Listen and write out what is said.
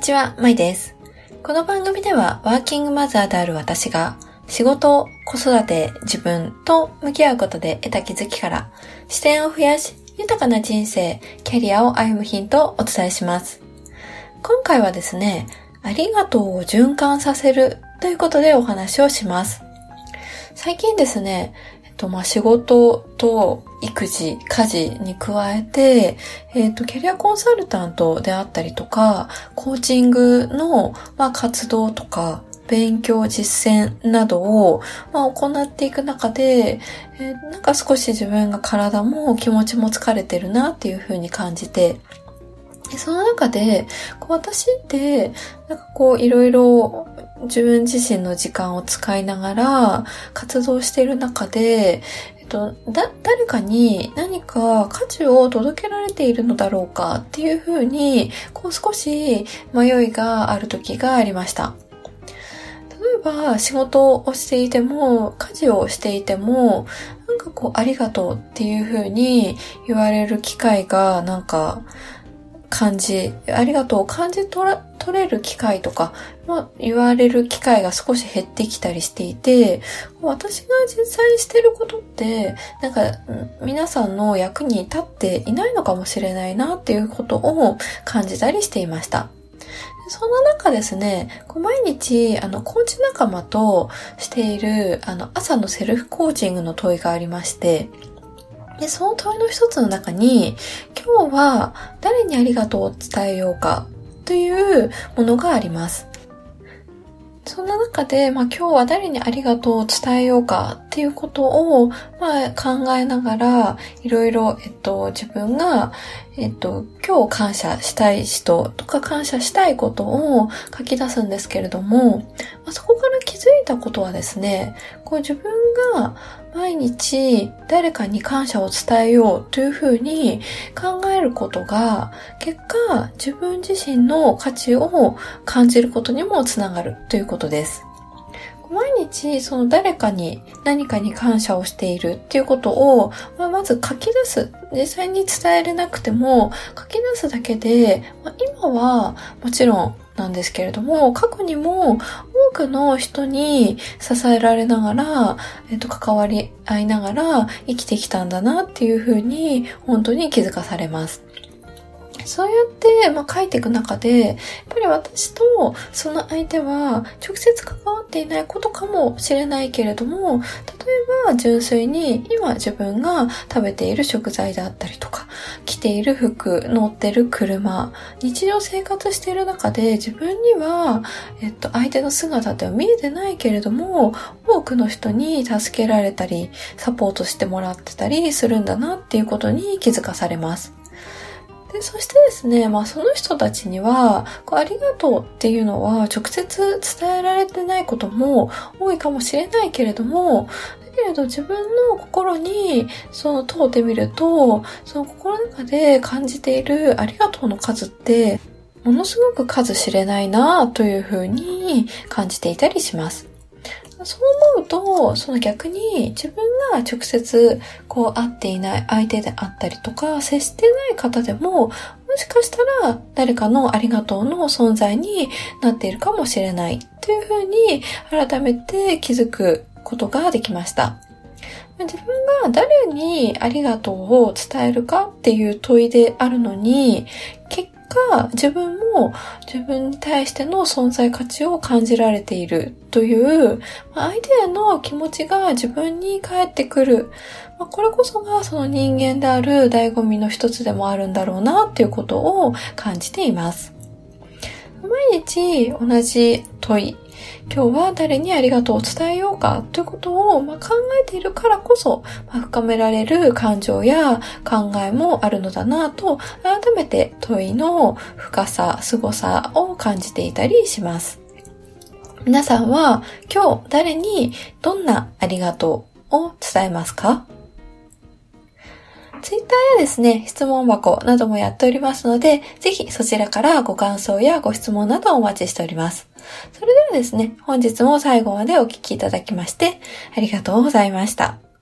ちは、まいです。この番組ではワーキングマザーである私が仕事、子育て、自分と向き合うことで得た気づきから視点を増やし、豊かな人生、キャリアを歩むヒントをお伝えします。今回はですね、ありがとうを循環させるということでお話をします。最近ですね、仕事と育児、家事に加えて、キャリアコンサルタントであったりとか、コーチングの、活動とか、勉強、実践などを、行っていく中で、なんか少し自分が体も気持ちも疲れてるなっていう風に感じて、その中で、私って、いろいろ自分自身の時間を使いながら活動している中で、誰かに何か価値を届けられているのだろうかっていうふうに、少し迷いがある時がありました。例えば仕事をしていても、家事をしていても、ありがとうっていうふうに言われる機会がありがとうを感じ取れる機会とか、言われる機会が少し減ってきたりしていて、私が実際にしてることって、皆さんの役に立っていないのかもしれないなっていうことを感じたりしていました。そんな中ですね、毎日、コーチ仲間としている、朝のセルフコーチングの問いがありまして、で、その問いの一つの中に、今日は誰にありがとうを伝えようかというものがあります。そんな中で、今日は誰にありがとうを伝えようかっていうことを、考えながら、いろいろ、自分が、今日感謝したい人とか感謝したいことを書き出すんですけれども、そこから気づいたことはですね、自分が毎日誰かに感謝を伝えようというふうに考えることが、結果自分自身の価値を感じることにもつながるということです。毎日誰かに何かに感謝をしているっていうことを、まず書き出す。実際に伝えれなくても書き出すだけで、今はもちろんなんですけれども、過去にも多くの人に支えられながら、関わり合いながら生きてきたんだなっていうふうに本当に気づかされます。そうやって書いていく中で、やっぱり私とその相手は直接関わっていないことかもしれないけれども、例えば純粋に今自分が食べている食材であったりとか、着ている服、乗ってる車、日常生活している中で自分には、相手の姿では見えてないけれども、多くの人に助けられたり、サポートしてもらってたりするんだなっていうことに気づかされます。で、そしてですね、その人たちには、ありがとうっていうのは直接伝えられてないことも多いかもしれないけれども、だけれど自分の心に通ってみると、その心の中で感じているありがとうの数って、ものすごく数知れないなというふうに感じていたりします。そう思うと、逆に自分が直接会っていない相手であったりとか、接してない方でも、もしかしたら誰かのありがとうの存在になっているかもしれないというふうに改めて気づくことができました。自分が誰にありがとうを伝えるかっていう問いであるのに、結果自分も自分に対しての存在価値を感じられているという、相手への気持ちが自分に返ってくる。これこそがその人間である醍醐味の一つでもあるんだろうなっていうことを感じています。毎日同じ問い。今日は誰にありがとうを伝えようかということを考えているからこそ、深められる感情や考えもあるのだなと、改めて問いの深さ、凄さを感じていたりします。皆さんは今日誰にどんなありがとうを伝えますか？ツイッターやですね、質問箱などもやっておりますので、ぜひそちらからご感想やご質問などをお待ちしております。それではですね、本日も最後までお聞きいただきまして、ありがとうございました。